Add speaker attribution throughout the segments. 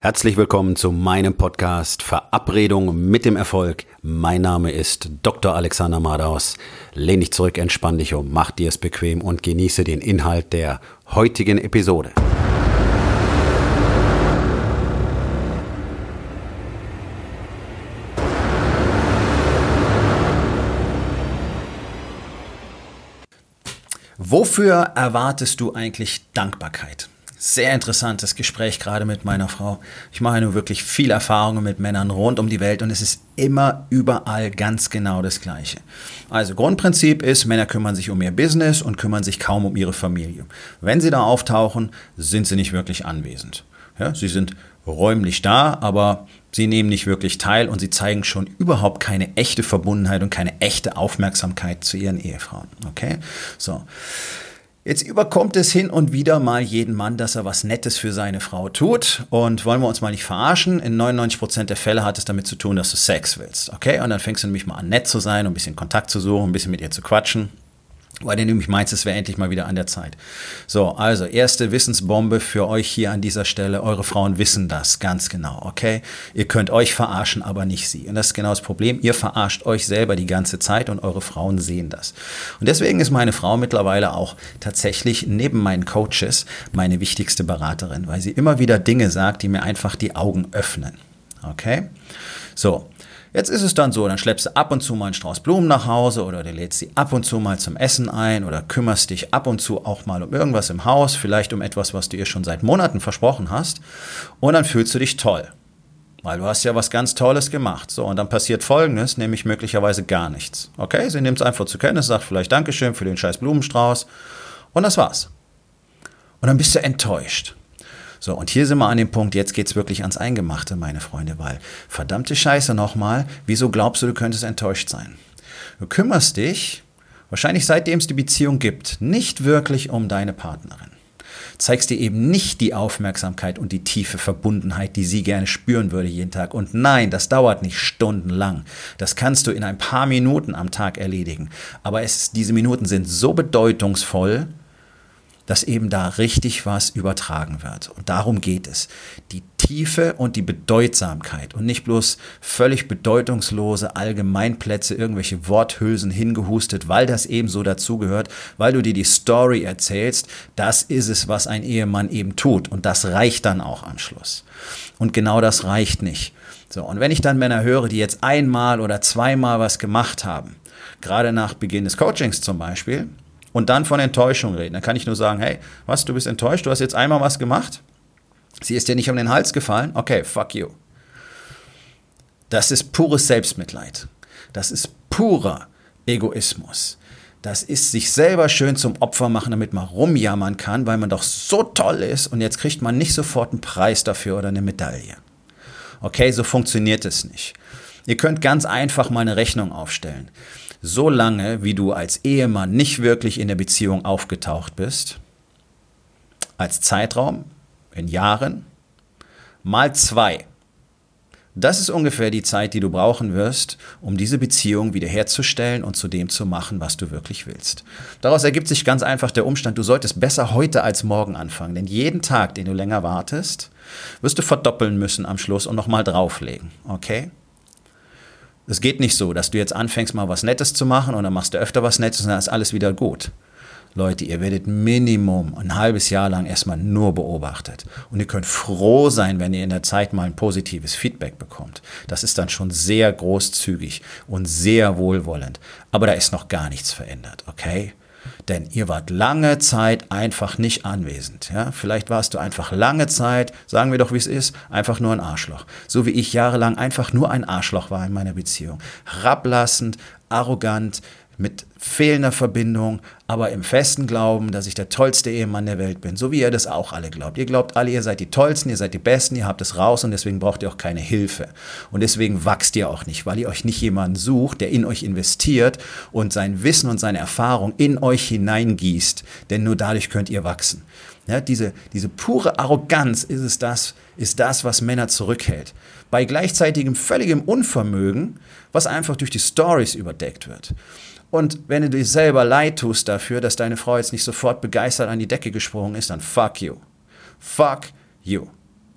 Speaker 1: Herzlich willkommen zu meinem Podcast Verabredung mit dem Erfolg. Mein Name ist Dr. Alexander Madaus. Lehn dich zurück, entspann dich um, mach dir es bequem und genieße den Inhalt der heutigen Episode. Wofür erwartest du eigentlich Dankbarkeit? Sehr interessantes Gespräch gerade mit meiner Frau. Ich mache nur wirklich viel Erfahrungen mit Männern rund um die Welt und es ist immer überall ganz genau das Gleiche. Also Grundprinzip ist, Männer kümmern sich um ihr Business und kümmern sich kaum um ihre Familie. Wenn sie da auftauchen, sind sie nicht wirklich anwesend. Ja, sie sind räumlich da, aber sie nehmen nicht wirklich teil und sie zeigen schon überhaupt keine echte Verbundenheit und keine echte Aufmerksamkeit zu ihren Ehefrauen. Okay? So. Jetzt überkommt es hin und wieder mal jeden Mann, dass er was Nettes für seine Frau tut. Und wollen wir uns mal nicht verarschen, in 99% der Fälle hat es damit zu tun, dass du Sex willst. Okay? Und dann fängst du nämlich mal an, nett zu sein, ein bisschen Kontakt zu suchen, ein bisschen mit ihr zu quatschen. Weil du nämlich meinst, es wäre endlich mal wieder an der Zeit. So, also erste Wissensbombe für euch hier an dieser Stelle. Eure Frauen wissen das ganz genau, okay? Ihr könnt euch verarschen, aber nicht sie. Und das ist genau das Problem. Ihr verarscht euch selber die ganze Zeit und eure Frauen sehen das. Und deswegen ist meine Frau mittlerweile auch tatsächlich neben meinen Coaches meine wichtigste Beraterin, weil sie immer wieder Dinge sagt, die mir einfach die Augen öffnen. Okay? So. Jetzt ist es dann so, dann schleppst du ab und zu mal einen Strauß Blumen nach Hause oder du lädst sie ab und zu mal zum Essen ein oder kümmerst dich ab und zu auch mal um irgendwas im Haus, vielleicht um etwas, was du ihr schon seit Monaten versprochen hast und dann fühlst du dich toll, weil du hast ja was ganz Tolles gemacht. So, und dann passiert Folgendes, nämlich möglicherweise gar nichts. Okay, sie nimmt es einfach zur Kenntnis, sagt vielleicht Dankeschön für den scheiß Blumenstrauß und das war's. Und dann bist du enttäuscht. So, und hier sind wir an dem Punkt, jetzt geht's wirklich ans Eingemachte, meine Freunde, weil verdammte Scheiße nochmal, wieso glaubst du, du könntest enttäuscht sein? Du kümmerst dich, wahrscheinlich seitdem es die Beziehung gibt, nicht wirklich um deine Partnerin. Zeigst dir eben nicht die Aufmerksamkeit und die tiefe Verbundenheit, die sie gerne spüren würde jeden Tag. Und nein, das dauert nicht stundenlang. Das kannst du in ein paar Minuten am Tag erledigen. Aber diese Minuten sind so bedeutungsvoll, dass eben da richtig was übertragen wird. Und darum geht es. Die Tiefe und die Bedeutsamkeit und nicht bloß völlig bedeutungslose Allgemeinplätze, irgendwelche Worthülsen hingehustet, weil das eben so dazugehört, weil du dir die Story erzählst, das ist es, was ein Ehemann eben tut. Und das reicht dann auch am Schluss. Und genau das reicht nicht. So, und wenn ich dann Männer höre, die jetzt einmal oder zweimal was gemacht haben, gerade nach Beginn des Coachings zum Beispiel, und dann von Enttäuschung reden. Dann kann ich nur sagen, hey, was, du bist enttäuscht, du hast jetzt einmal was gemacht? Sie ist dir nicht um den Hals gefallen? Okay, fuck you. Das ist pures Selbstmitleid. Das ist purer Egoismus. Das ist sich selber schön zum Opfer machen, damit man rumjammern kann, weil man doch so toll ist und jetzt kriegt man nicht sofort einen Preis dafür oder eine Medaille. Okay, so funktioniert es nicht. Ihr könnt ganz einfach mal eine Rechnung aufstellen. So lange, wie du als Ehemann nicht wirklich in der Beziehung aufgetaucht bist, als Zeitraum in Jahren, mal 2. Das ist ungefähr die Zeit, die du brauchen wirst, um diese Beziehung wiederherzustellen und zu dem zu machen, was du wirklich willst. Daraus ergibt sich ganz einfach der Umstand, du solltest besser heute als morgen anfangen. Denn jeden Tag, den du länger wartest, wirst du verdoppeln müssen am Schluss und nochmal drauflegen. Okay? Es geht nicht so, dass du jetzt anfängst, mal was Nettes zu machen und dann machst du öfter was Nettes und dann ist alles wieder gut. Leute, ihr werdet Minimum ein halbes Jahr lang erstmal nur beobachtet. Und ihr könnt froh sein, wenn ihr in der Zeit mal ein positives Feedback bekommt. Das ist dann schon sehr großzügig und sehr wohlwollend. Aber da ist noch gar nichts verändert, okay? Denn ihr wart lange Zeit einfach nicht anwesend. Ja? Vielleicht warst du einfach lange Zeit, sagen wir doch wie es ist, einfach nur ein Arschloch. So wie ich jahrelang einfach nur ein Arschloch war in meiner Beziehung. Herablassend, arrogant, mit fehlender Verbindung, aber im festen Glauben, dass ich der tollste Ehemann der Welt bin. So wie ihr das auch alle glaubt. Ihr glaubt alle, ihr seid die Tollsten, ihr seid die Besten, ihr habt es raus und deswegen braucht ihr auch keine Hilfe. Und deswegen wachst ihr auch nicht, weil ihr euch nicht jemanden sucht, der in euch investiert und sein Wissen und seine Erfahrung in euch hineingießt. Denn nur dadurch könnt ihr wachsen. Ja, diese pure Arroganz ist das, was Männer zurückhält. Bei gleichzeitigem völligem Unvermögen, was einfach durch die Stories überdeckt wird. Und wenn du dir selber leid tust dafür, dass deine Frau jetzt nicht sofort begeistert an die Decke gesprungen ist, dann fuck you. Fuck you.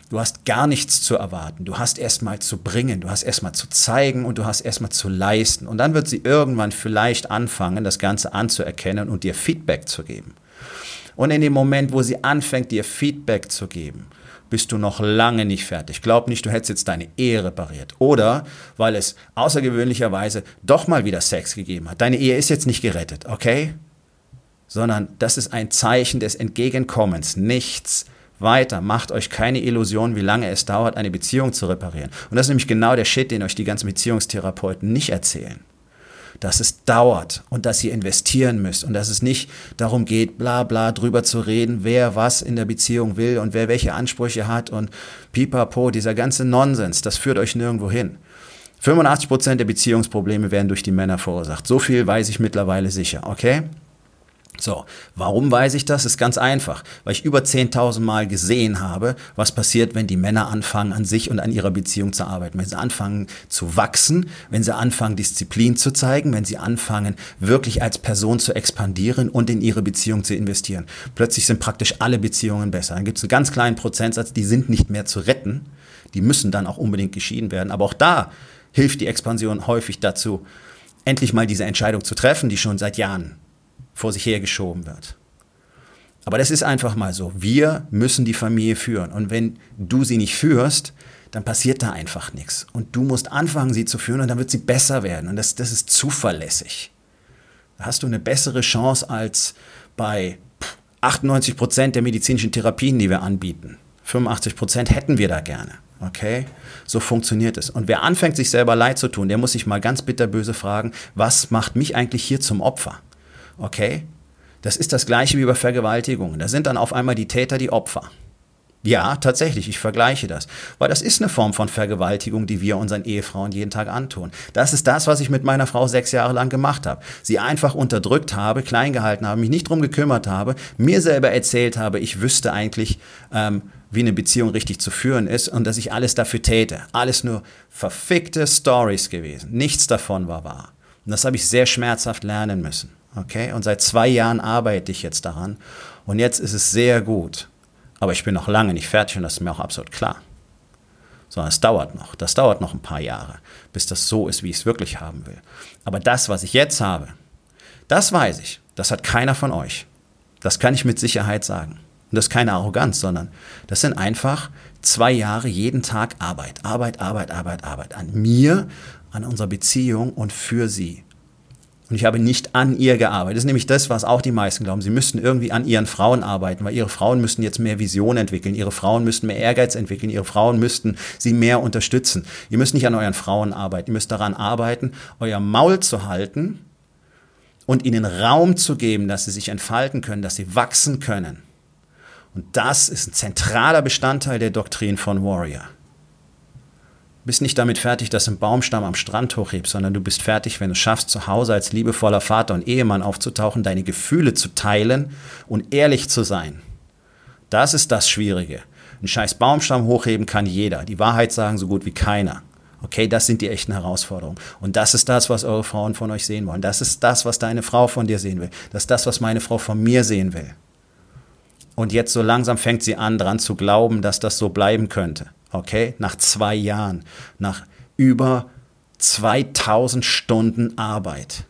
Speaker 1: Du hast gar nichts zu erwarten. Du hast erstmal zu bringen, du hast erstmal zu zeigen und du hast erstmal zu leisten. Und dann wird sie irgendwann vielleicht anfangen, das Ganze anzuerkennen und dir Feedback zu geben. Und in dem Moment, wo sie anfängt, dir Feedback zu geben, bist du noch lange nicht fertig. Glaub nicht, du hättest jetzt deine Ehe repariert. Oder weil es außergewöhnlicherweise doch mal wieder Sex gegeben hat. Deine Ehe ist jetzt nicht gerettet, okay? Sondern das ist ein Zeichen des Entgegenkommens. Nichts weiter. Macht euch keine Illusion, wie lange es dauert, eine Beziehung zu reparieren. Und das ist nämlich genau der Shit, den euch die ganzen Beziehungstherapeuten nicht erzählen. Dass es dauert und dass ihr investieren müsst und dass es nicht darum geht, bla bla drüber zu reden, wer was in der Beziehung will und wer welche Ansprüche hat und pipapo, dieser ganze Nonsens, das führt euch nirgendwo hin. 85% der Beziehungsprobleme werden durch die Männer verursacht. So viel weiß ich mittlerweile sicher, okay? So, warum weiß ich das? Ist ganz einfach, weil ich über 10.000 Mal gesehen habe, was passiert, wenn die Männer anfangen, an sich und an ihrer Beziehung zu arbeiten. Wenn sie anfangen zu wachsen, wenn sie anfangen, Disziplin zu zeigen, wenn sie anfangen, wirklich als Person zu expandieren und in ihre Beziehung zu investieren. Plötzlich sind praktisch alle Beziehungen besser. Dann gibt es einen ganz kleinen Prozentsatz, die sind nicht mehr zu retten. Die müssen dann auch unbedingt geschieden werden. Aber auch da hilft die Expansion häufig dazu, endlich mal diese Entscheidung zu treffen, die schon seit Jahren vor sich hergeschoben wird. Aber das ist einfach mal so. Wir müssen die Familie führen. Und wenn du sie nicht führst, dann passiert da einfach nichts. Und du musst anfangen, sie zu führen und dann wird sie besser werden. Und das ist zuverlässig. Da hast du eine bessere Chance als bei 98% der medizinischen Therapien, die wir anbieten. 85% hätten wir da gerne. Okay? So funktioniert es. Und wer anfängt, sich selber leid zu tun, der muss sich mal ganz bitterböse fragen, was macht mich eigentlich hier zum Opfer? Okay? Das ist das Gleiche wie bei Vergewaltigungen. Da sind dann auf einmal die Täter die Opfer. Ja, tatsächlich, ich vergleiche das. Weil das ist eine Form von Vergewaltigung, die wir unseren Ehefrauen jeden Tag antun. Das ist das, was ich mit meiner Frau 6 Jahre lang gemacht habe. Sie einfach unterdrückt habe, klein gehalten habe, mich nicht drum gekümmert habe, mir selber erzählt habe, ich wüsste eigentlich, wie eine Beziehung richtig zu führen ist und dass ich alles dafür täte. Alles nur verfickte Stories gewesen. Nichts davon war wahr. Und das habe ich sehr schmerzhaft lernen müssen. Okay? Und seit 2 Jahren arbeite ich jetzt daran. Und jetzt ist es sehr gut. Aber ich bin noch lange nicht fertig und das ist mir auch absolut klar. Sondern es dauert noch. Das dauert noch ein paar Jahre, bis das so ist, wie ich es wirklich haben will. Aber das, was ich jetzt habe, das weiß ich. Das hat keiner von euch. Das kann ich mit Sicherheit sagen. Und das ist keine Arroganz, sondern das sind einfach 2 Jahre jeden Tag Arbeit. Arbeit an mir, an unserer Beziehung und für sie. Und ich habe nicht an ihr gearbeitet. Das ist nämlich das, was auch die meisten glauben. Sie müssten irgendwie an ihren Frauen arbeiten, weil ihre Frauen müssten jetzt mehr Vision entwickeln. Ihre Frauen müssten mehr Ehrgeiz entwickeln. Ihre Frauen müssten sie mehr unterstützen. Ihr müsst nicht an euren Frauen arbeiten. Ihr müsst daran arbeiten, euer Maul zu halten und ihnen Raum zu geben, dass sie sich entfalten können, dass sie wachsen können. Und das ist ein zentraler Bestandteil der Doktrin von Warrior. Du bist nicht damit fertig, dass du einen Baumstamm am Strand hochhebst, sondern du bist fertig, wenn du es schaffst, zu Hause als liebevoller Vater und Ehemann aufzutauchen, deine Gefühle zu teilen und ehrlich zu sein. Das ist das Schwierige. Einen scheiß Baumstamm hochheben kann jeder. Die Wahrheit sagen so gut wie keiner. Okay, das sind die echten Herausforderungen. Und das ist das, was eure Frauen von euch sehen wollen. Das ist das, was deine Frau von dir sehen will. Das ist das, was meine Frau von mir sehen will. Und jetzt so langsam fängt sie an, dran zu glauben, dass das so bleiben könnte. Okay, nach 2 Jahren, nach über 2000 Stunden Arbeit.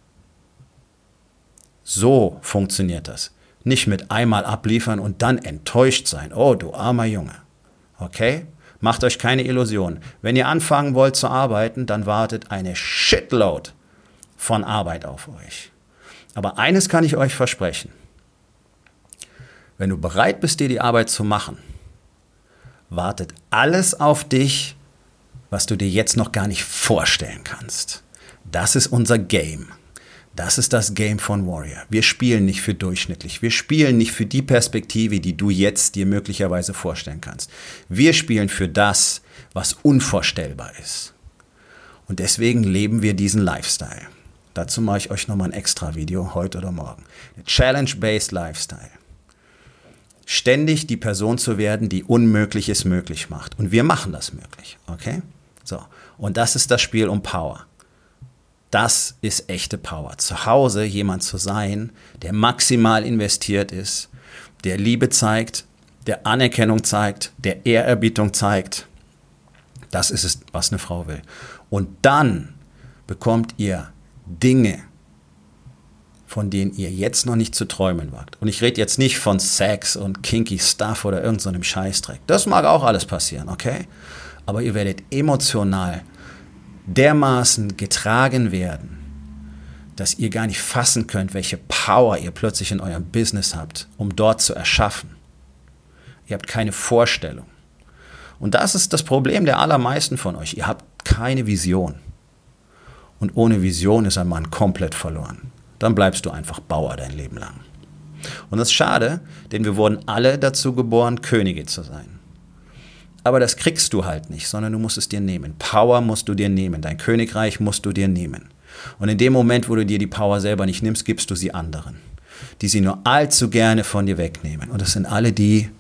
Speaker 1: So funktioniert das. Nicht mit einmal abliefern und dann enttäuscht sein. Oh, du armer Junge. Okay? Macht euch keine Illusionen. Wenn ihr anfangen wollt zu arbeiten, dann wartet eine Shitload von Arbeit auf euch. Aber eines kann ich euch versprechen. Wenn du bereit bist, dir die Arbeit zu machen, wartet alles auf dich, was du dir jetzt noch gar nicht vorstellen kannst. Das ist unser Game. Das ist das Game von Warrior. Wir spielen nicht für durchschnittlich. Wir spielen nicht für die Perspektive, die du jetzt dir möglicherweise vorstellen kannst. Wir spielen für das, was unvorstellbar ist. Und deswegen leben wir diesen Lifestyle. Dazu mache ich euch nochmal ein extra Video, heute oder morgen. Ein Challenge-Based Lifestyle. Ständig die Person zu werden, die Unmögliches möglich macht. Und wir machen das möglich, okay? So, und das ist das Spiel um Power. Das ist echte Power. Zu Hause jemand zu sein, der maximal investiert ist, der Liebe zeigt, der Anerkennung zeigt, der Ehrerbietung zeigt. Das ist es, was eine Frau will. Und dann bekommt ihr Dinge, von denen ihr jetzt noch nicht zu träumen wagt. Und ich rede jetzt nicht von Sex und kinky Stuff oder irgend so einem Scheißdreck. Das mag auch alles passieren, okay? Aber ihr werdet emotional dermaßen getragen werden, dass ihr gar nicht fassen könnt, welche Power ihr plötzlich in eurem Business habt, um dort zu erschaffen. Ihr habt keine Vorstellung. Und das ist das Problem der allermeisten von euch. Ihr habt keine Vision. Und ohne Vision ist ein Mann komplett verloren. Dann bleibst du einfach Bauer dein Leben lang. Und das ist schade, denn wir wurden alle dazu geboren, Könige zu sein. Aber das kriegst du halt nicht, sondern du musst es dir nehmen. Power musst du dir nehmen. Dein Königreich musst du dir nehmen. Und in dem Moment, wo du dir die Power selber nicht nimmst, gibst du sie anderen, die sie nur allzu gerne von dir wegnehmen. Und das sind alle die,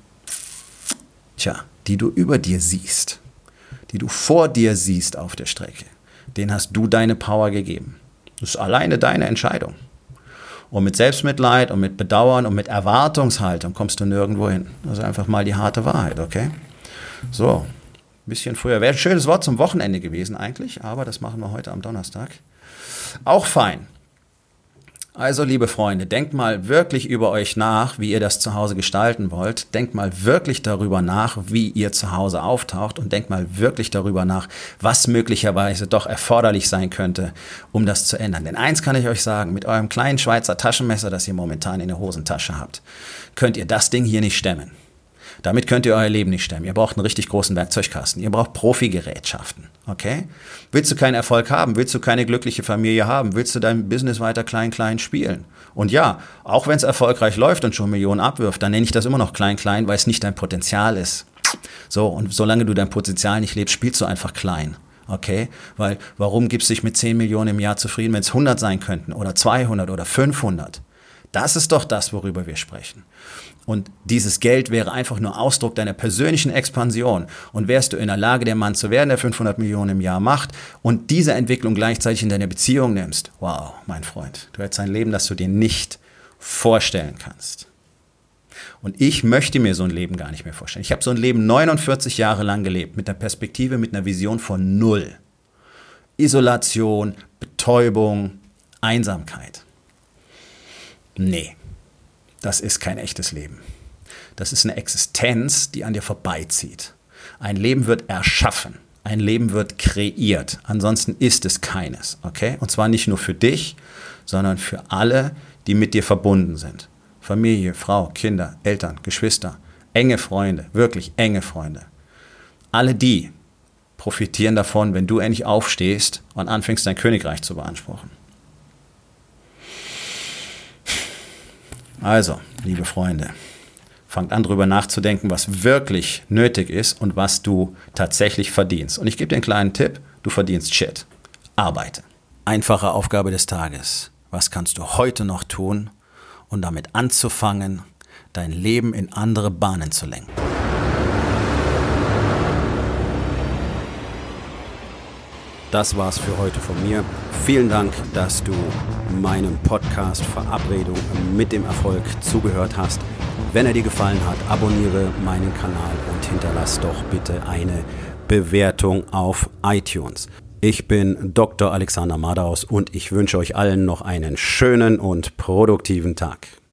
Speaker 1: die du über dir siehst, die du vor dir siehst auf der Strecke. Denen hast du deine Power gegeben. Das ist alleine deine Entscheidung. Und mit Selbstmitleid und mit Bedauern und mit Erwartungshaltung kommst du nirgendwo hin. Das ist einfach mal die harte Wahrheit, okay? So, ein bisschen früher. Wäre ein schönes Wort zum Wochenende gewesen eigentlich, aber das machen wir heute am Donnerstag. Auch fein. Also, liebe Freunde, denkt mal wirklich über euch nach, wie ihr das zu Hause gestalten wollt. Denkt mal wirklich darüber nach, wie ihr zu Hause auftaucht und denkt mal wirklich darüber nach, was möglicherweise doch erforderlich sein könnte, um das zu ändern. Denn eins kann ich euch sagen, mit eurem kleinen Schweizer Taschenmesser, das ihr momentan in der Hosentasche habt, könnt ihr das Ding hier nicht stemmen. Damit könnt ihr euer Leben nicht stemmen. Ihr braucht einen richtig großen Werkzeugkasten. Ihr braucht Profi-Gerätschaften. Okay? Willst du keinen Erfolg haben? Willst du keine glückliche Familie haben? Willst du dein Business weiter klein spielen? Und ja, auch wenn es erfolgreich läuft und schon Millionen abwirft, dann nenne ich das immer noch klein, weil es nicht dein Potenzial ist. So, und solange du dein Potenzial nicht lebst, spielst du einfach klein. Okay? Weil, warum gibst du dich mit 10 Millionen im Jahr zufrieden, wenn es 100 sein könnten oder 200 oder 500? Das ist doch das, worüber wir sprechen. Und dieses Geld wäre einfach nur Ausdruck deiner persönlichen Expansion. Und wärst du in der Lage, der Mann zu werden, der 500 Millionen im Jahr macht und diese Entwicklung gleichzeitig in deine Beziehung nimmst, wow, mein Freund, du hättest ein Leben, das du dir nicht vorstellen kannst. Und ich möchte mir so ein Leben gar nicht mehr vorstellen. Ich habe so ein Leben 49 Jahre lang gelebt, mit einer Perspektive, mit einer Vision von 0. Isolation, Betäubung, Einsamkeit. Nee. Das ist kein echtes Leben. Das ist eine Existenz, die an dir vorbeizieht. Ein Leben wird erschaffen. Ein Leben wird kreiert. Ansonsten ist es keines. Okay? Und zwar nicht nur für dich, sondern für alle, die mit dir verbunden sind. Familie, Frau, Kinder, Eltern, Geschwister, enge Freunde, wirklich enge Freunde. Alle die profitieren davon, wenn du endlich aufstehst und anfängst, dein Königreich zu beanspruchen. Also, liebe Freunde, fangt an, darüber nachzudenken, was wirklich nötig ist und was du tatsächlich verdienst. Und ich gebe dir einen kleinen Tipp, du verdienst Shit. Arbeite. Einfache Aufgabe des Tages. Was kannst du heute noch tun, um damit anzufangen, dein Leben in andere Bahnen zu lenken? Das war's für heute von mir. Vielen Dank, dass du meinem Podcast Verabredung mit dem Erfolg zugehört hast. Wenn er dir gefallen hat, abonniere meinen Kanal und hinterlass doch bitte eine Bewertung auf iTunes. Ich bin Dr. Alexander Madaus und ich wünsche euch allen noch einen schönen und produktiven Tag.